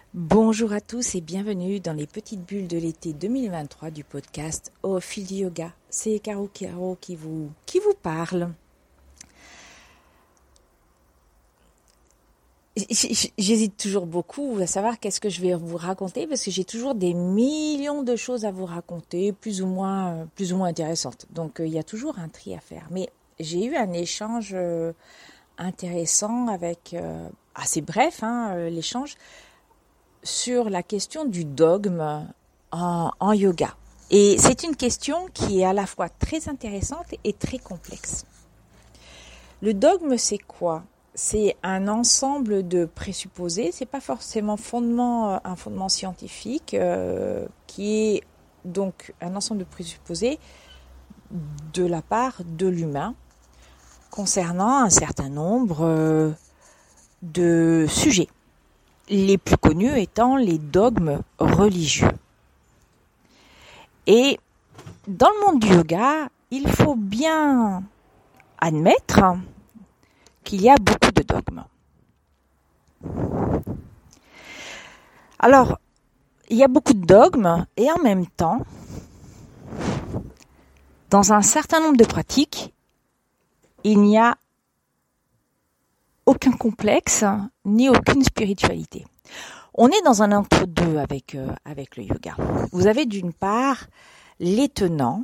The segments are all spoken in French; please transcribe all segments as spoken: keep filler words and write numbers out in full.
Bonjour à tous et bienvenue dans les petites bulles de l'été deux mille vingt-trois du podcast Au fil du yoga. C'est Caro Caro qui vous, qui vous parle. J'hésite toujours beaucoup à savoir qu'est-ce que je vais vous raconter parce que j'ai toujours des millions de choses à vous raconter, plus ou moins, plus ou moins intéressantes. Donc euh, il y a toujours un tri à faire. Mais j'ai eu un échange euh, intéressant avec, euh, assez bref, hein, euh, l'échange, sur la question du dogme en, en yoga. Et c'est une question qui est à la fois très intéressante et très complexe. Le dogme, c'est quoi ? C'est un ensemble de présupposés, c'est pas forcément fondement, un fondement scientifique, euh, qui est donc un ensemble de présupposés de la part de l'humain concernant un certain nombre euh, de sujets. Les plus connus étant les dogmes religieux. Et dans le monde du yoga, il faut bien admettre qu'il y a beaucoup de dogmes. Alors, il y a beaucoup de dogmes et en même temps, dans un certain nombre de pratiques, il n'y a aucun complexe ni aucune spiritualité. On est dans un entre-deux avec, euh, avec le yoga. Vous avez d'une part les tenants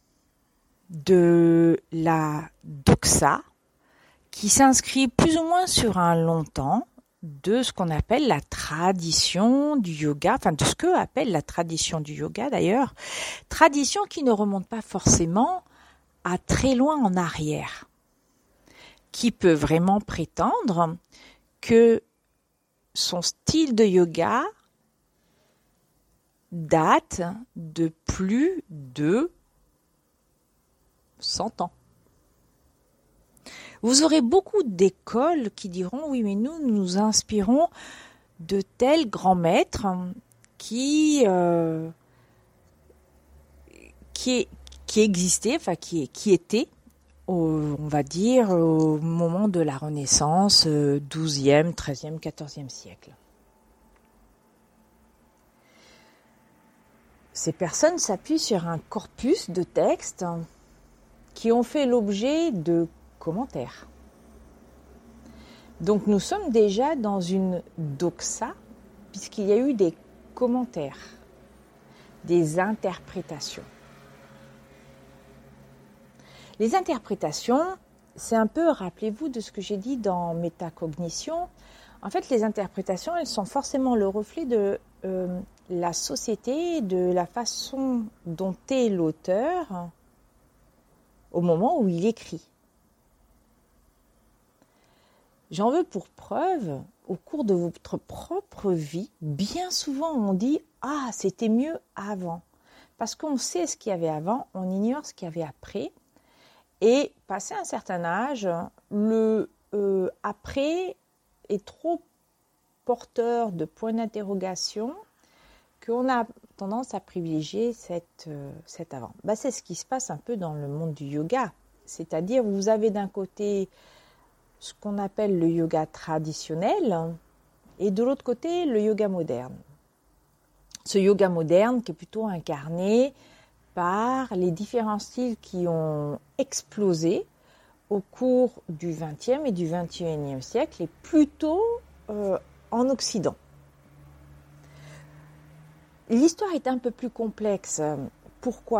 de la doxa qui s'inscrit plus ou moins sur un long temps de ce qu'on appelle la tradition du yoga, enfin de ce que appelle la tradition du yoga d'ailleurs, tradition qui ne remonte pas forcément à très loin en arrière, qui peut vraiment prétendre que son style de yoga date de plus de cent ans. Vous aurez beaucoup d'écoles qui diront « oui, mais nous, nous nous inspirons de tels grands maîtres qui, euh, qui, qui existaient, enfin qui, qui étaient, Au, on va dire, au moment de la Renaissance, douzième, treizième, quatorzième siècle. Ces personnes s'appuient sur un corpus de textes qui ont fait l'objet de commentaires. Donc nous sommes déjà dans une doxa, puisqu'il y a eu des commentaires, des interprétations. Les interprétations, c'est un peu, rappelez-vous de ce que j'ai dit dans métacognition. En fait, les interprétations, elles sont forcément le reflet de euh, la société, de la façon dont est l'auteur au moment où il écrit. J'en veux pour preuve, au cours de votre propre vie, bien souvent on dit « Ah, c'était mieux avant ». Parce qu'on sait ce qu'il y avait avant, on ignore ce qu'il y avait après. Et passé un certain âge, le euh, après est trop porteur de points d'interrogation qu'on a tendance à privilégier cette, euh, cet avant. Bah, c'est ce qui se passe un peu dans le monde du yoga. C'est-à-dire, vous avez d'un côté ce qu'on appelle le yoga traditionnel et de l'autre côté le yoga moderne. Ce yoga moderne qui est plutôt incarné par les différents styles qui ont explosé au cours du vingtième et du vingt et unième siècle et plutôt euh, en Occident. L'histoire est un peu plus complexe. Pourquoi ?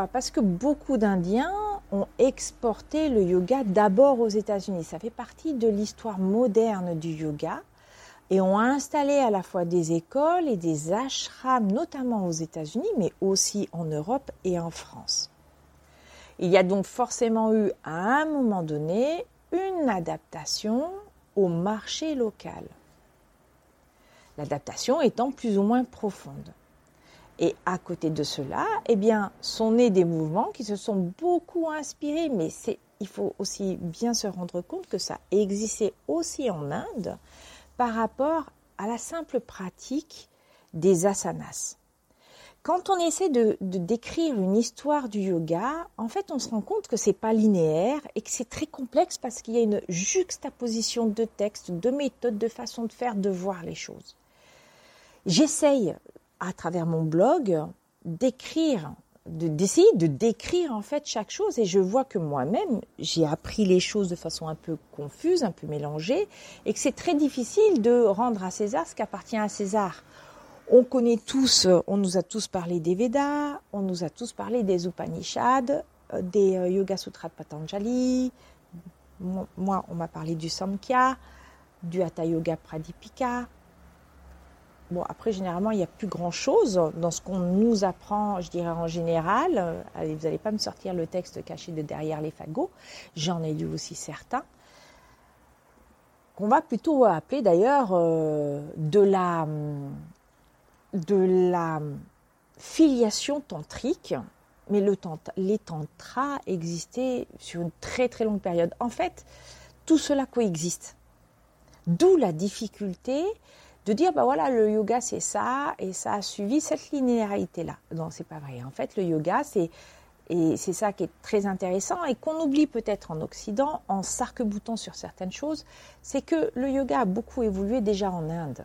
Parce que beaucoup d'Indiens ont exporté le yoga d'abord aux États-Unis. Ça fait partie de l'histoire moderne du yoga et ont installé à la fois des écoles et des ashrams, notamment aux États-Unis, mais aussi en Europe et en France. Il y a donc forcément eu, à un moment donné, une adaptation au marché local. L'adaptation étant plus ou moins profonde. Et à côté de cela, eh bien, sont nés des mouvements qui se sont beaucoup inspirés, mais c'est, il faut aussi bien se rendre compte que ça existait aussi en Inde, par rapport à la simple pratique des asanas. Quand on essaie de, de décrire une histoire du yoga, en fait, on se rend compte que c'est pas linéaire et que c'est très complexe parce qu'il y a une juxtaposition de textes, de méthodes, de façons de faire, de voir les choses. j'essaye, à travers mon blog, d'écrire, de, d'essayer de décrire en fait chaque chose. Et je vois que moi-même, j'ai appris les choses de façon un peu confuse, un peu mélangée, et que c'est très difficile de rendre à César ce qui appartient à César. On connaît tous, on nous a tous parlé des Védas, on nous a tous parlé des Upanishads, des Yoga Sutras de Patanjali. Moi, on m'a parlé du Samkhya, du Hatha Yoga Pradipika. Bon, après, généralement, il n'y a plus grand-chose dans ce qu'on nous apprend, je dirais en général. Allez, vous n'allez pas me sortir le texte caché de derrière les fagots. J'en ai lu aussi certains. Qu'on va plutôt appeler d'ailleurs euh, de la... de la filiation tantrique, mais le tantra, les tantras existaient sur une très très longue période. En fait, tout cela coexiste. D'où la difficulté de dire, bah voilà, le yoga c'est ça, et ça a suivi cette linéarité-là. Non, c'est pas vrai. En fait, le yoga, c'est, et c'est ça qui est très intéressant, et qu'on oublie peut-être en Occident, en s'arc-boutant sur certaines choses, c'est que le yoga a beaucoup évolué déjà en Inde.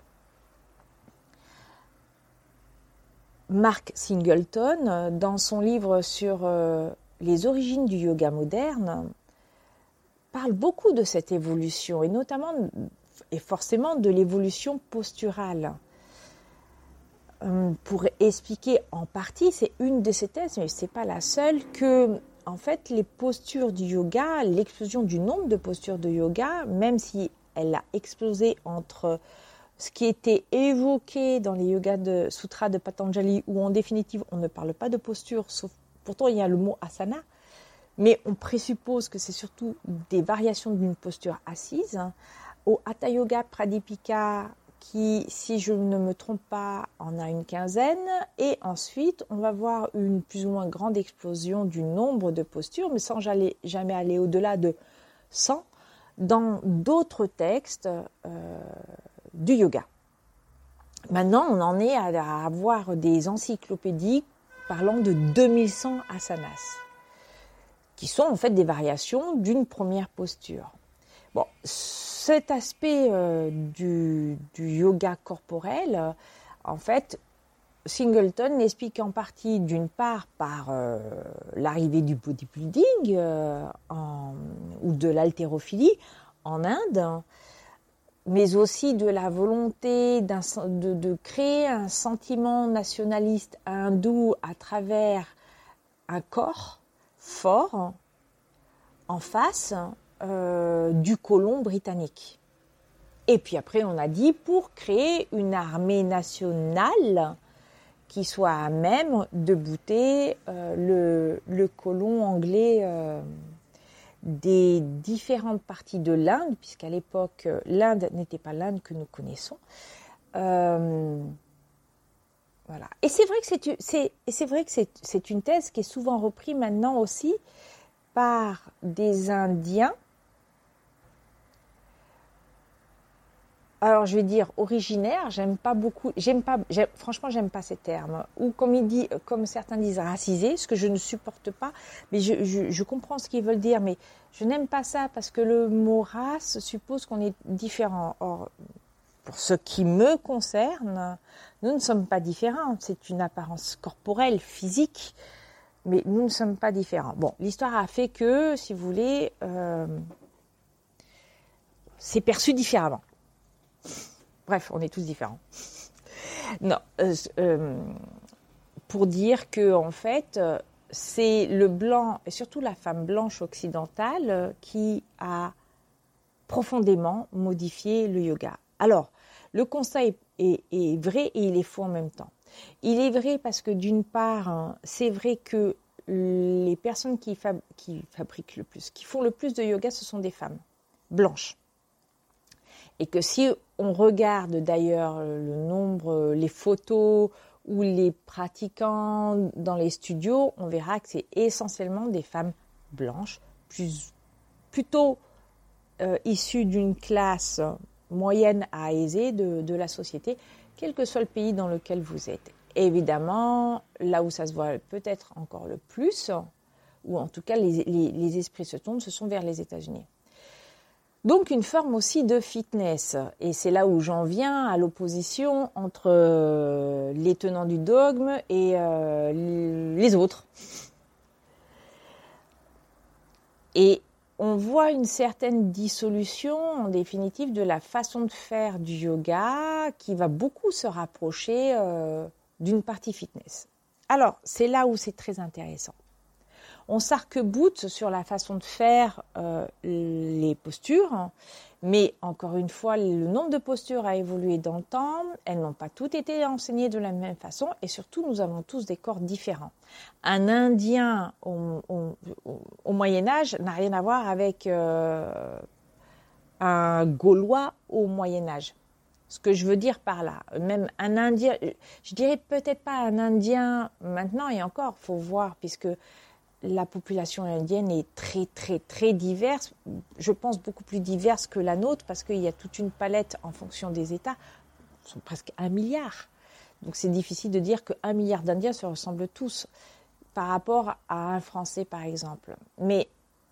Mark Singleton, dans son livre sur euh, les origines du yoga moderne, parle beaucoup de cette évolution, et notamment, et forcément, de l'évolution posturale. Euh, pour expliquer en partie, c'est une de ces thèses, mais ce n'est pas la seule, que en fait, les postures du yoga, l'explosion du nombre de postures de yoga, même si elle a explosé entre ce qui était évoqué dans les yogas de sutras de Patanjali, où en définitive on ne parle pas de posture, sauf pourtant il y a le mot asana, mais on présuppose que c'est surtout des variations d'une posture assise. Au Hatha Yoga Pradipika, qui, si je ne me trompe pas, en a une quinzaine, et ensuite on va voir une plus ou moins grande explosion du nombre de postures, mais sans jamais, jamais aller au-delà de cent, dans d'autres textes euh, du yoga. Maintenant, on en est à avoir des encyclopédies parlant de deux mille cent asanas, qui sont en fait des variations d'une première posture. Bon, cet aspect euh, du, du yoga corporel, euh, en fait, Singleton l'explique en partie d'une part par euh, l'arrivée du bodybuilding euh, en, ou de l'haltérophilie en Inde, mais aussi de la volonté d'un, de, de créer un sentiment nationaliste hindou à travers un corps fort en face euh, du colon britannique. Et puis après, on a dit pour créer une armée nationale qui soit à même de bouter euh, le, le colon anglais euh, des différentes parties de l'Inde, puisqu'à l'époque, l'Inde n'était pas l'Inde que nous connaissons. Euh, voilà. Et c'est vrai que, c'est, c'est, et c'est, vrai que c'est, c'est une thèse qui est souvent reprise maintenant aussi par des Indiens. Alors, je vais dire originaire, j'aime pas beaucoup, j'aime pas, j'aime, franchement, j'aime pas ces termes. Ou comme, il dit, comme certains disent, racisé, ce que je ne supporte pas, mais je, je, je comprends ce qu'ils veulent dire, mais je n'aime pas ça parce que le mot race suppose qu'on est différent. Or, pour ce qui me concerne, nous ne sommes pas différents. C'est une apparence corporelle, physique, mais nous ne sommes pas différents. Bon, l'histoire a fait que, si vous voulez, euh, c'est perçu différemment. Bref, on est tous différents. Non, euh, euh, pour dire que en fait, c'est le blanc et surtout la femme blanche occidentale qui a profondément modifié le yoga. Alors, le constat est, est, est vrai et il est faux en même temps. Il est vrai parce que d'une part, hein, c'est vrai que les personnes qui, fab- qui fabriquent le plus, qui font le plus de yoga, ce sont des femmes blanches. Et que si on regarde d'ailleurs le nombre, les photos ou les pratiquants dans les studios, on verra que c'est essentiellement des femmes blanches, plus, plutôt euh, issues d'une classe moyenne à aisée de, de la société, quel que soit le pays dans lequel vous êtes. Et évidemment, là où ça se voit peut-être encore le plus, ou en tout cas les, les, les esprits se tournent, ce sont vers les États-Unis. Donc une forme aussi de fitness. Et c'est là où j'en viens à l'opposition entre euh, les tenants du dogme et euh, les autres. Et on voit une certaine dissolution, en définitive, de la façon de faire du yoga qui va beaucoup se rapprocher euh, d'une partie fitness. Alors, c'est là où c'est très intéressant. On s'arc-boute sur la façon de faire euh, les postures, mais encore une fois, le nombre de postures a évolué dans le temps, elles n'ont pas toutes été enseignées de la même façon, et surtout, nous avons tous des corps différents. Un Indien au, au, au Moyen-Âge n'a rien à voir avec euh, un Gaulois au Moyen-Âge. Ce que je veux dire par là, même un Indien, je dirais peut-être pas un Indien maintenant, et encore, il faut voir, puisque la population indienne est très, très, très diverse. Je pense beaucoup plus diverse que la nôtre parce qu'il y a toute une palette en fonction des États. Ils sont presque un milliard. Donc, c'est difficile de dire qu'un milliard d'Indiens se ressemblent tous par rapport à un Français, par exemple. Mais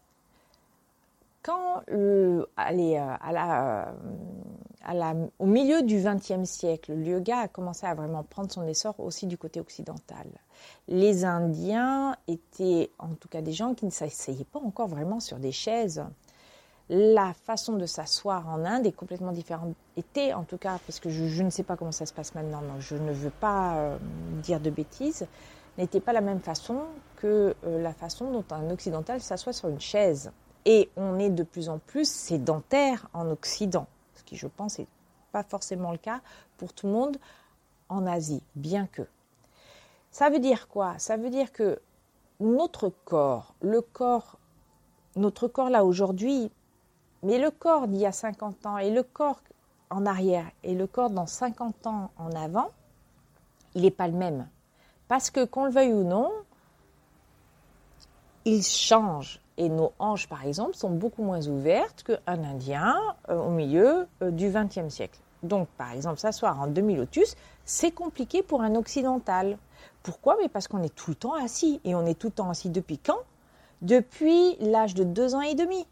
quand, le, allez, à la, à la, au milieu du vingtième siècle, le yoga a commencé à vraiment prendre son essor aussi du côté occidental. Les Indiens étaient en tout cas des gens qui ne s'asseyaient pas encore vraiment sur des chaises. La façon de s'asseoir en Inde est complètement différente. Était en tout cas, parce que je, je ne sais pas comment ça se passe maintenant, donc je ne veux pas euh, dire de bêtises, n'était pas la même façon que euh, la façon dont un occidental s'assoit sur une chaise. Et on est de plus en plus sédentaire en Occident, ce qui je pense n'est pas forcément le cas pour tout le monde en Asie, bien que. Ça veut dire quoi? Ça veut dire que notre corps, le corps, notre corps là aujourd'hui, mais le corps d'il y a cinquante ans et le corps en arrière et le corps dans cinquante ans en avant, il n'est pas le même. Parce que qu'on le veuille ou non, il change. Et nos hanches, par exemple, sont beaucoup moins ouvertes qu'un Indien euh, au milieu euh, du vingtième siècle. Donc, par exemple, s'asseoir en demi-lotus, c'est compliqué pour un occidental. Pourquoi? Mais parce qu'on est tout le temps assis. Et on est tout le temps assis depuis quand? Depuis l'âge de deux ans et demi.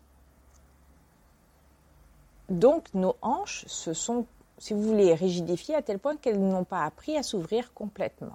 Donc, nos hanches se sont, si vous voulez, rigidifiées à tel point qu'elles n'ont pas appris à s'ouvrir complètement.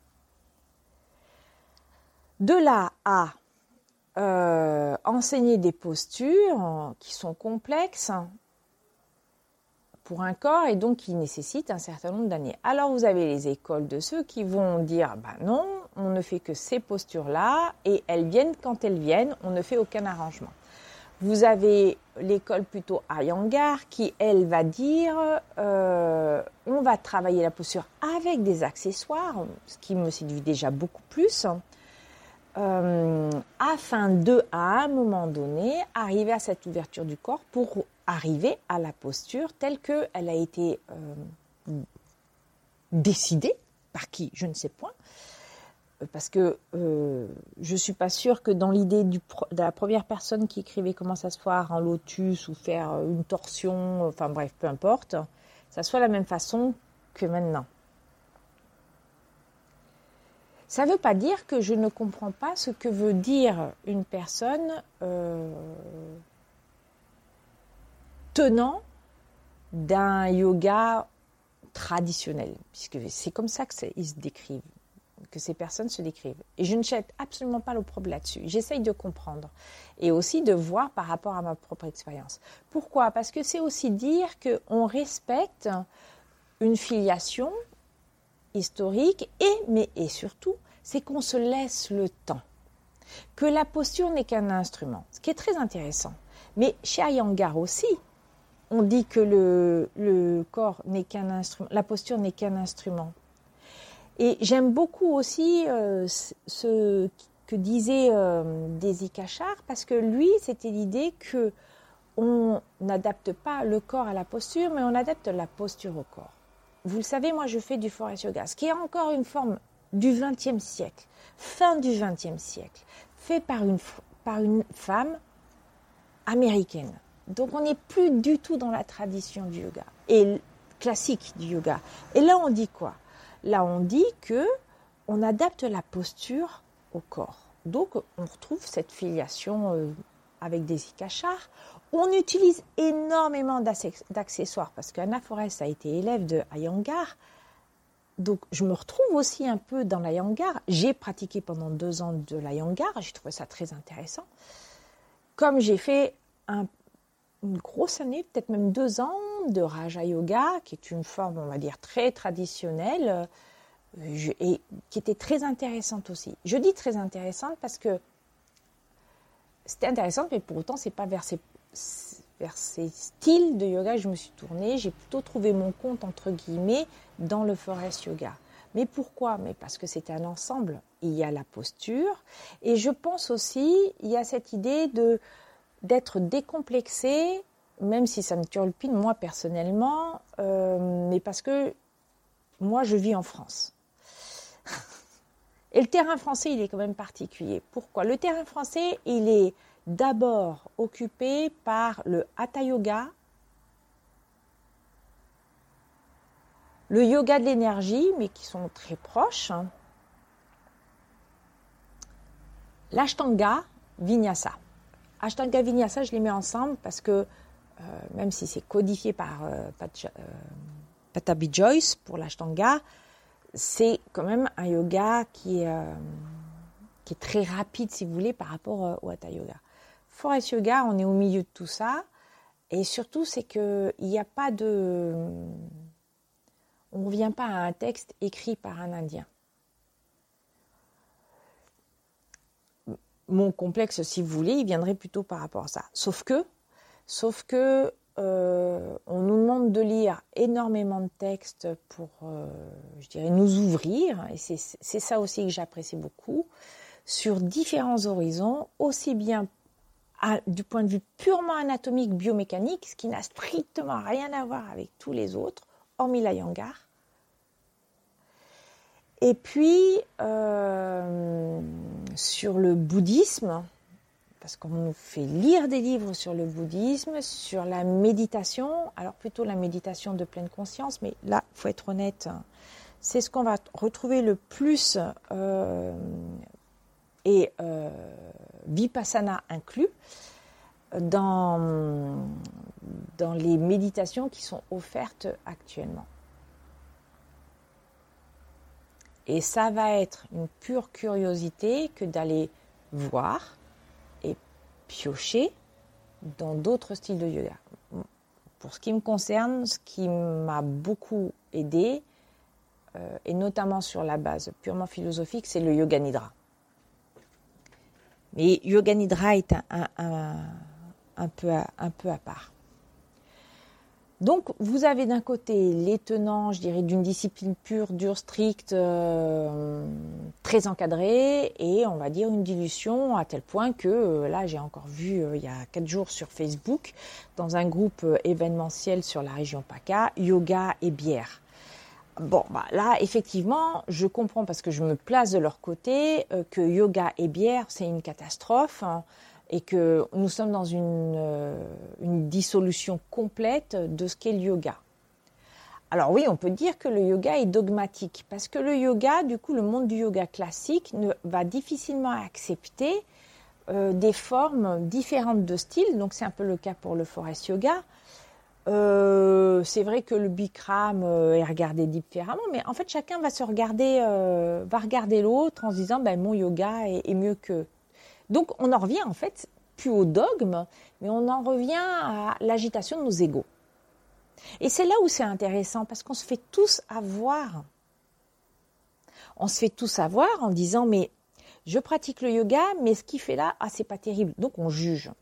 De là à euh, enseigner des postures qui sont complexes pour un corps et donc qui nécessitent un certain nombre d'années. Alors vous avez les écoles de ceux qui vont dire bah non, on ne fait que ces postures-là et elles viennent quand elles viennent, on ne fait aucun arrangement. Vous avez l'école plutôt Iyengar qui, elle, va dire euh, on va travailler la posture avec des accessoires, ce qui me séduit déjà beaucoup plus, euh, afin de, à un moment donné, arriver à cette ouverture du corps pour arriver à la posture telle qu'elle a été euh, décidée, par qui, je ne sais point, parce que euh, je ne suis pas sûre que dans l'idée du, de la première personne qui écrivait comment s'asseoir en lotus ou faire une torsion, enfin bref, peu importe, ça soit la même façon que maintenant. Ça ne veut pas dire que je ne comprends pas ce que veut dire une personne euh, tenant d'un yoga traditionnel, puisque c'est comme ça qu'ils se décrivent, que ces personnes se décrivent. Et je ne jette absolument pas l'opprobre là-dessus. J'essaye de comprendre et aussi de voir par rapport à ma propre expérience. Pourquoi? Parce que c'est aussi dire qu'on respecte une filiation historique et, mais, et surtout, c'est qu'on se laisse le temps. Que la posture n'est qu'un instrument, ce qui est très intéressant. Mais chez Iyengar aussi, on dit que le, le corps n'est qu'un instrument, la posture n'est qu'un instrument. Et j'aime beaucoup aussi euh, ce que disait euh, Desi Kachar, parce que lui, c'était l'idée que on n'adapte pas le corps à la posture, mais on adapte la posture au corps. Vous le savez, moi, je fais du forest yoga, ce qui est encore une forme du vingtième siècle, fin du vingtième siècle, fait par une, par une femme américaine. Donc, on n'est plus du tout dans la tradition du yoga, et classique du yoga. Et là, on dit quoi? Là, on dit que on adapte la posture au corps. Donc, on retrouve cette filiation euh, avec Desi Kachar. On utilise énormément d'accessoires parce qu'Anna Forrest a été élève de Iyengar. Donc, je me retrouve aussi un peu dans l'Iyengar. J'ai pratiqué pendant deux ans de l'Iyengar. J'ai trouvé ça très intéressant. Comme j'ai fait un, une grosse année, peut-être même deux ans, de Raja Yoga, qui est une forme, on va dire, très traditionnelle je, et qui était très intéressante aussi. Je dis très intéressante parce que c'était intéressant, mais pour autant, c'est pas vers ces, vers ces styles de yoga que je me suis tournée. J'ai plutôt trouvé mon compte, entre guillemets, dans le Forest Yoga. Mais pourquoi? Mais parce que c'est un ensemble. Il y a la posture. Et je pense aussi, il y a cette idée de, d'être décomplexé, même si ça me turlupine, moi, personnellement, euh, mais parce que moi, je vis en France. Et le terrain français, il est quand même particulier. Pourquoi? Le terrain français, il est d'abord occupé par le Hatha Yoga, le yoga de l'énergie, mais qui sont très proches, l'Ashtanga Vinyasa. Ashtanga Vinyasa, je les mets ensemble parce que, euh, même si c'est codifié par euh, euh, Patabi Joyce pour l'Ashtanga, c'est quand même un yoga qui est, euh, qui est très rapide, si vous voulez, par rapport euh, au Hatha Yoga. Forest Yoga, on est au milieu de tout ça. Et surtout, c'est qu'il n'y a pas de... On ne revient pas à un texte écrit par un Indien. Mon complexe, si vous voulez, il viendrait plutôt par rapport à ça. Sauf que, sauf que euh, on nous demande de lire énormément de textes pour, euh, je dirais, nous ouvrir. Et c'est, c'est ça aussi que j'apprécie beaucoup, sur différents horizons, aussi bien à, du point de vue purement anatomique, biomécanique, ce qui n'a strictement rien à voir avec tous les autres, hormis l'Iyengar. Et puis, euh, sur le bouddhisme, parce qu'on nous fait lire des livres sur le bouddhisme, sur la méditation, alors plutôt la méditation de pleine conscience, mais là, il faut être honnête, c'est ce qu'on va retrouver le plus, euh, et euh, Vipassana inclus, dans, dans les méditations qui sont offertes actuellement. Et ça va être une pure curiosité que d'aller voir et piocher dans d'autres styles de yoga. Pour ce qui me concerne, ce qui m'a beaucoup aidé, euh, et notamment sur la base purement philosophique, c'est le Yoga Nidra. Mais Yoga Nidra est un, un, un, un, peu, à, un peu à part. Donc, vous avez d'un côté les tenants, je dirais, d'une discipline pure, dure, stricte, euh, très encadrée, et on va dire une dilution à tel point que, euh, là, j'ai encore vu euh, il y a quatre jours sur Facebook, dans un groupe euh, événementiel sur la région PACA, yoga et bière. Bon, bah, là, effectivement, je comprends parce que je me place de leur côté euh, que yoga et bière, c'est une catastrophe, hein, et que nous sommes dans une, euh, une dissolution complète de ce qu'est le yoga. Alors oui, on peut dire que le yoga est dogmatique, parce que le yoga, du coup, le monde du yoga classique ne, va difficilement accepter euh, des formes différentes de style, donc c'est un peu le cas pour le Forest Yoga. Euh, c'est vrai que le Bikram euh, est regardé différemment, mais en fait, chacun va se regarder, euh, va regarder l'autre en se disant, ben, mon yoga est, est mieux que... Donc, on en revient en fait, plus au dogme, mais on en revient à l'agitation de nos égos. Et c'est là où c'est intéressant, parce qu'on se fait tous avoir. On se fait tous avoir en disant, mais je pratique le yoga, mais ce qu'il fait là, ah, c'est pas terrible. Donc, on juge.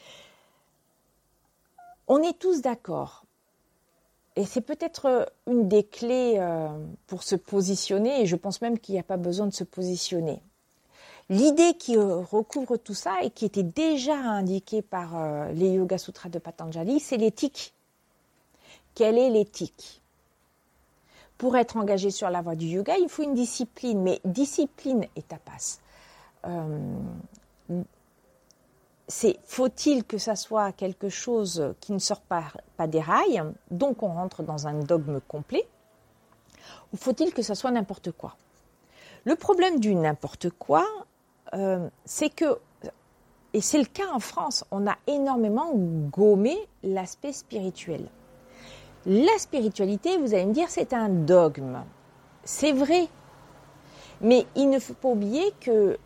On est tous d'accord. Et c'est peut-être une des clés pour se positionner, et je pense même qu'il n'y a pas besoin de se positionner. L'idée qui recouvre tout ça et qui était déjà indiquée par euh, les Yoga Sutras de Patanjali, c'est l'éthique. Quelle est l'éthique? Pour être engagé sur la voie du yoga, il faut une discipline, mais discipline et tapas. Euh, c'est, faut-il que ça soit quelque chose qui ne sort pas, pas des rails, donc on rentre dans un dogme complet, ou faut-il que ça soit n'importe quoi? Le problème du n'importe quoi, Euh, c'est que, et c'est le cas en France, on a énormément gommé l'aspect spirituel. La spiritualité, vous allez me dire, c'est un dogme. C'est vrai. Mais il ne faut pas oublier que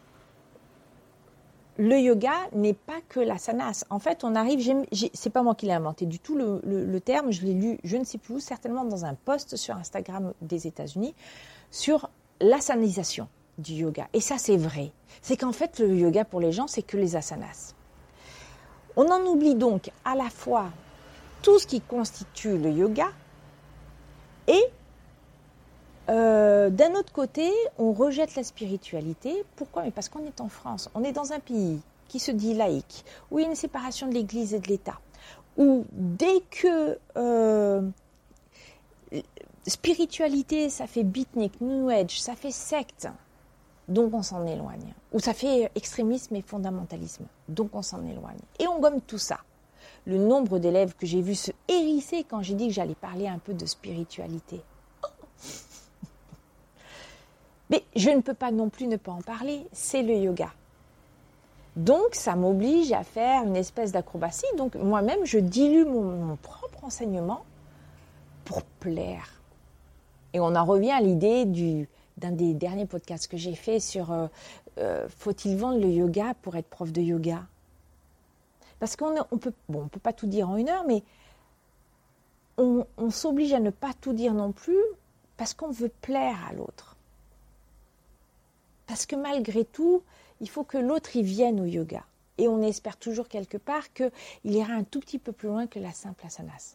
le yoga n'est pas que l'asanas. En fait, on arrive, j'ai, j'ai, c'est pas moi qui l'ai inventé du tout le, le, le terme, je l'ai lu, je ne sais plus où, certainement dans un post sur Instagram des États-Unis, sur l'asanisation du yoga. Et ça, c'est vrai. C'est qu'en fait, le yoga pour les gens, c'est que les asanas. On en oublie donc à la fois tout ce qui constitue le yoga et euh, d'un autre côté, on rejette la spiritualité. Pourquoi ? Mais parce qu'on est en France, on est dans un pays qui se dit laïque, où il y a une séparation de l'Église et de l'État, où dès que euh, spiritualité, ça fait beatnik, new age, ça fait secte, donc on s'en éloigne. Ou ça fait extrémisme et fondamentalisme, donc on s'en éloigne. Et on gomme tout ça. Le nombre d'élèves que j'ai vu se hérisser quand j'ai dit que j'allais parler un peu de spiritualité. Mais je ne peux pas non plus ne pas en parler, c'est le yoga. Donc ça m'oblige à faire une espèce d'acrobatie. Donc moi-même, je dilue mon, mon propre enseignement pour plaire. Et on en revient à l'idée du, d'un des derniers podcasts que j'ai fait sur euh, euh, faut-il vendre le yoga pour être prof de yoga ? Parce qu'on on peut, bon, on peut pas tout dire en une heure, mais on, on s'oblige à ne pas tout dire non plus parce qu'on veut plaire à l'autre. Parce que malgré tout, il faut que l'autre y vienne au yoga. Et on espère toujours quelque part qu'il ira un tout petit peu plus loin que la simple asanas.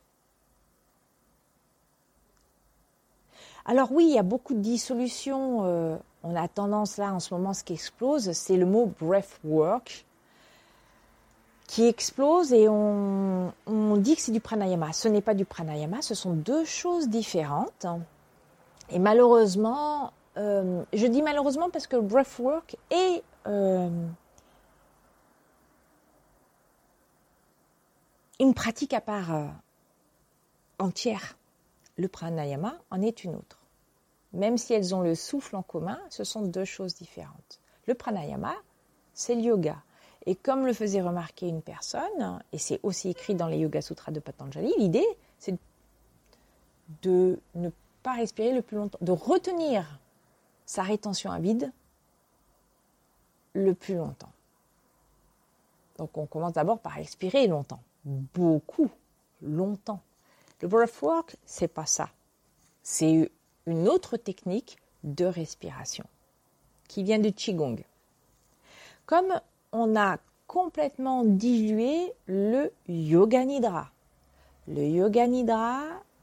Alors oui, il y a beaucoup de dissolutions. Euh, on a tendance là, en ce moment, ce qui explose, c'est le mot breathwork qui explose et on, on dit que c'est du pranayama. Ce n'est pas du pranayama, ce sont deux choses différentes. Et malheureusement, euh, je dis malheureusement parce que le breathwork est euh, une pratique à part euh, entière. Le pranayama en est une autre. Même si elles ont le souffle en commun, ce sont deux choses différentes. Le pranayama, c'est le yoga. Et comme le faisait remarquer une personne, et c'est aussi écrit dans les Yoga Sutras de Patanjali, l'idée, c'est de ne pas respirer le plus longtemps, de retenir sa rétention à vide le plus longtemps. Donc on commence d'abord par expirer longtemps, beaucoup, longtemps. Le breathwork, c'est pas ça. C'est une autre technique de respiration qui vient du Qigong. Comme on a complètement dilué le Yoga Nidra. Le Yoga Nidra,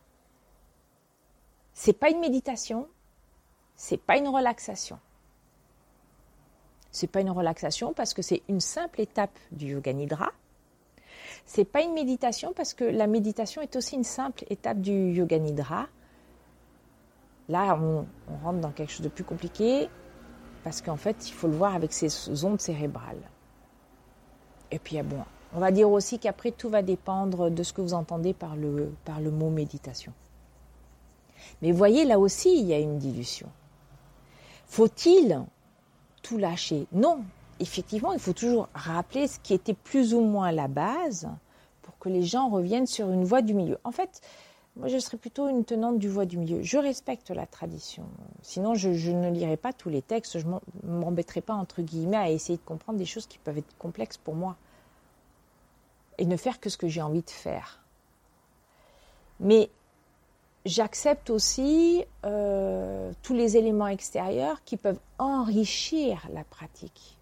c'est pas une méditation, c'est pas une relaxation. C'est pas une relaxation parce que c'est une simple étape du Yoga Nidra. C'est pas une méditation parce que la méditation est aussi une simple étape du Yoga Nidra. Là, on, on rentre dans quelque chose de plus compliqué parce qu'en fait, il faut le voir avec ces ondes cérébrales. Et puis, bon, on va dire aussi qu'après, tout va dépendre de ce que vous entendez par le, par le mot méditation. Mais voyez, là aussi, il y a une dilution. Faut-il tout lâcher ? Non. Effectivement, il faut toujours rappeler ce qui était plus ou moins la base pour que les gens reviennent sur une voie du milieu. En fait, moi, je serais plutôt une tenante du voie du milieu. Je respecte la tradition. Sinon, je, je ne lirai pas tous les textes. Je ne m'embêterai pas, entre guillemets, à essayer de comprendre des choses qui peuvent être complexes pour moi. Et ne faire que ce que j'ai envie de faire. Mais j'accepte aussi euh, tous les éléments extérieurs qui peuvent enrichir la pratique.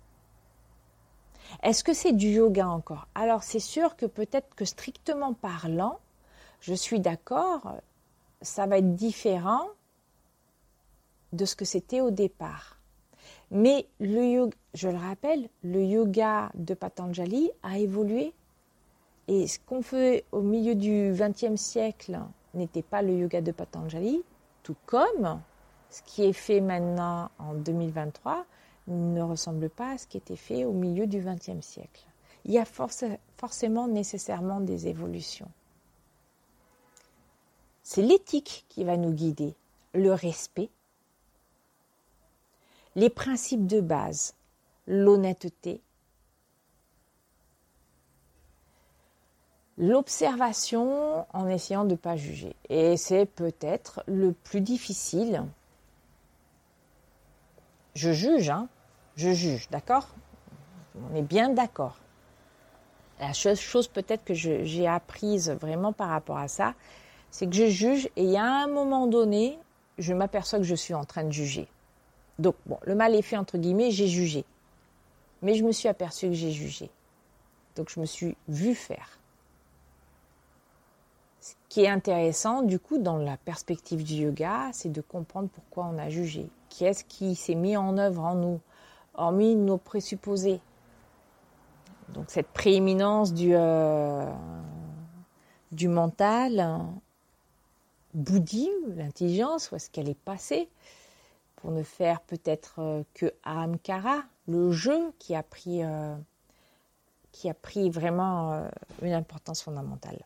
Est-ce que c'est du yoga encore ? Alors, c'est sûr que peut-être que strictement parlant, je suis d'accord, ça va être différent de ce que c'était au départ. Mais le yoga, je le rappelle, le yoga de Patanjali a évolué. Et ce qu'on fait au milieu du vingtième siècle n'était pas le yoga de Patanjali, tout comme ce qui est fait maintenant en deux mille vingt-trois ne ressemble pas à ce qui était fait au milieu du vingtième siècle. Il y a force, forcément nécessairement des évolutions. C'est l'éthique qui va nous guider, le respect, les principes de base, l'honnêteté, L'observation en essayant de ne pas juger. Et c'est peut-être le plus difficile. Je juge, hein. Je juge, d'accord ? On est bien d'accord. La chose, chose peut-être que je, j'ai apprise vraiment par rapport à ça, c'est que je juge et il y a un moment donné, je m'aperçois que je suis en train de juger. Donc, bon, le mal est fait, entre guillemets, j'ai jugé. Mais je me suis aperçue que j'ai jugé. Donc, je me suis vue faire. Ce qui est intéressant, du coup, dans la perspective du yoga, c'est de comprendre pourquoi on a jugé. Qu'est-ce qui s'est mis en œuvre en nous, hormis nos présupposés. Donc, cette prééminence du, euh, du mental, Bouddhi, l'intelligence, où est-ce qu'elle est passée, pour ne faire peut-être que Ahamkara, le jeu qui a pris, euh, qui a pris vraiment euh, une importance fondamentale.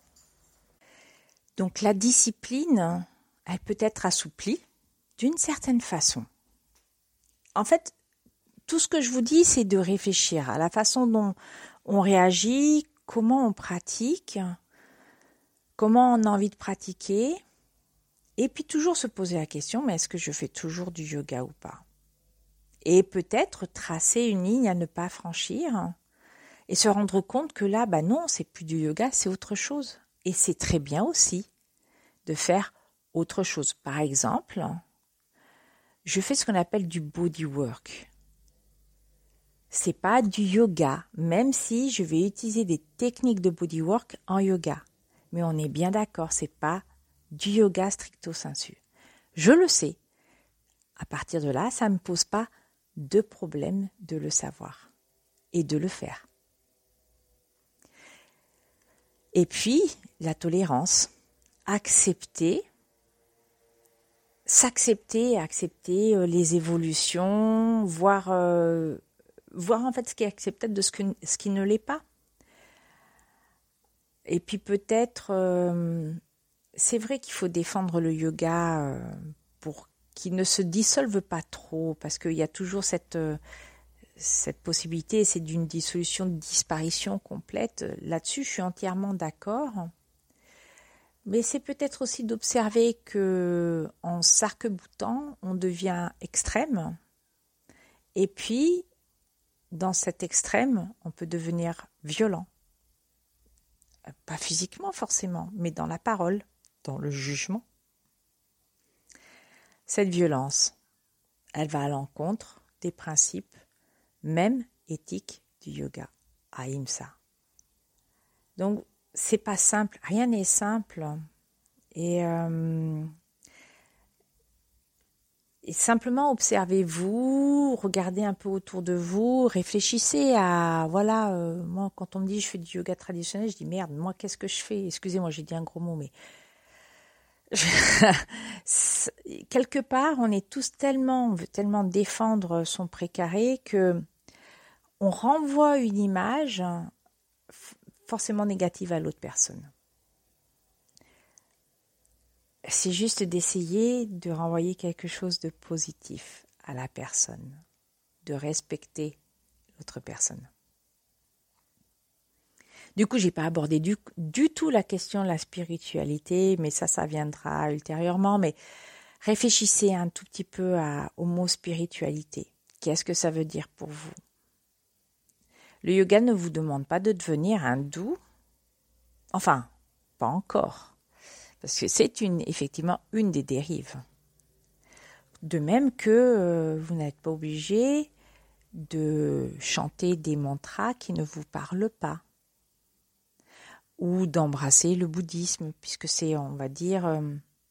Donc la discipline, elle peut être assouplie d'une certaine façon. En fait, tout ce que je vous dis, c'est de réfléchir à la façon dont on réagit, comment on pratique, comment on a envie de pratiquer, et puis toujours se poser la question, mais est-ce que je fais toujours du yoga ou pas ? Et peut-être tracer une ligne à ne pas franchir et se rendre compte que là, bah non, c'est plus du yoga, c'est autre chose. Et c'est très bien aussi de faire autre chose. Par exemple, je fais ce qu'on appelle du bodywork. C'est pas du yoga, même si je vais utiliser des techniques de bodywork en yoga. Mais on est bien d'accord, c'est pas du yoga stricto sensu. Je le sais. À partir de là, ça ne me pose pas de problème de le savoir et de le faire. Et puis, la tolérance. Accepter, s'accepter, accepter les évolutions, voir, euh, voir en fait ce qui est acceptable de ce, que, ce qui ne l'est pas. Et puis peut-être, euh, c'est vrai qu'il faut défendre le yoga euh, pour qu'il ne se dissolve pas trop, parce qu'il y a toujours cette, euh, cette possibilité, c'est d'une dissolution, de disparition complète. Là-dessus, je suis entièrement d'accord. Mais c'est peut-être aussi d'observer que en s'arc-boutant, on devient extrême. Et puis, dans cet extrême, on peut devenir violent. Pas physiquement forcément, mais dans la parole, dans le jugement. Cette violence, elle va à l'encontre des principes, même éthiques du yoga, ahimsa. Donc, c'est pas simple, rien n'est simple. Et, euh, et simplement observez-vous, regardez un peu autour de vous, réfléchissez à, voilà, euh, moi quand on me dit je fais du yoga traditionnel, je dis merde, moi qu'est-ce que je fais ? Excusez-moi, j'ai dit un gros mot, mais quelque part, on est tous tellement, on veut tellement défendre son précaré que on renvoie une image forcément négative à l'autre personne. C'est juste d'essayer de renvoyer quelque chose de positif à la personne, de respecter l'autre personne. Du coup, j'ai pas abordé du, du tout la question de la spiritualité, mais ça, ça viendra ultérieurement. Mais réfléchissez un tout petit peu à, au mot spiritualité. Qu'est-ce que ça veut dire pour vous ? Le yoga ne vous demande pas de devenir hindou. Enfin, pas encore. Parce que c'est une, effectivement une des dérives. De même que euh, vous n'êtes pas obligé de chanter des mantras qui ne vous parlent pas. Ou d'embrasser le bouddhisme, puisque c'est, on va dire, euh,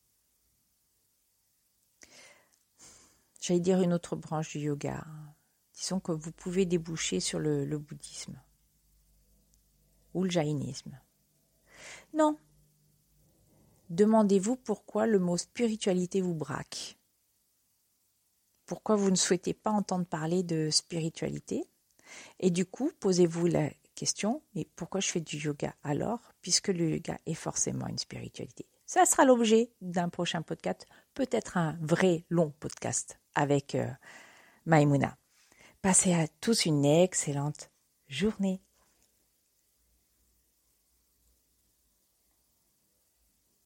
j'allais dire une autre branche du yoga. Disons que vous pouvez déboucher sur le, le bouddhisme ou le jaïnisme. Non. Demandez-vous pourquoi le mot spiritualité vous braque. Pourquoi vous ne souhaitez pas entendre parler de spiritualité. Et du coup, posez-vous la question, mais pourquoi je fais du yoga alors, puisque le yoga est forcément une spiritualité. Ça sera l'objet d'un prochain podcast, peut-être un vrai long podcast avec euh, Maïmouna. Passez à tous une excellente journée.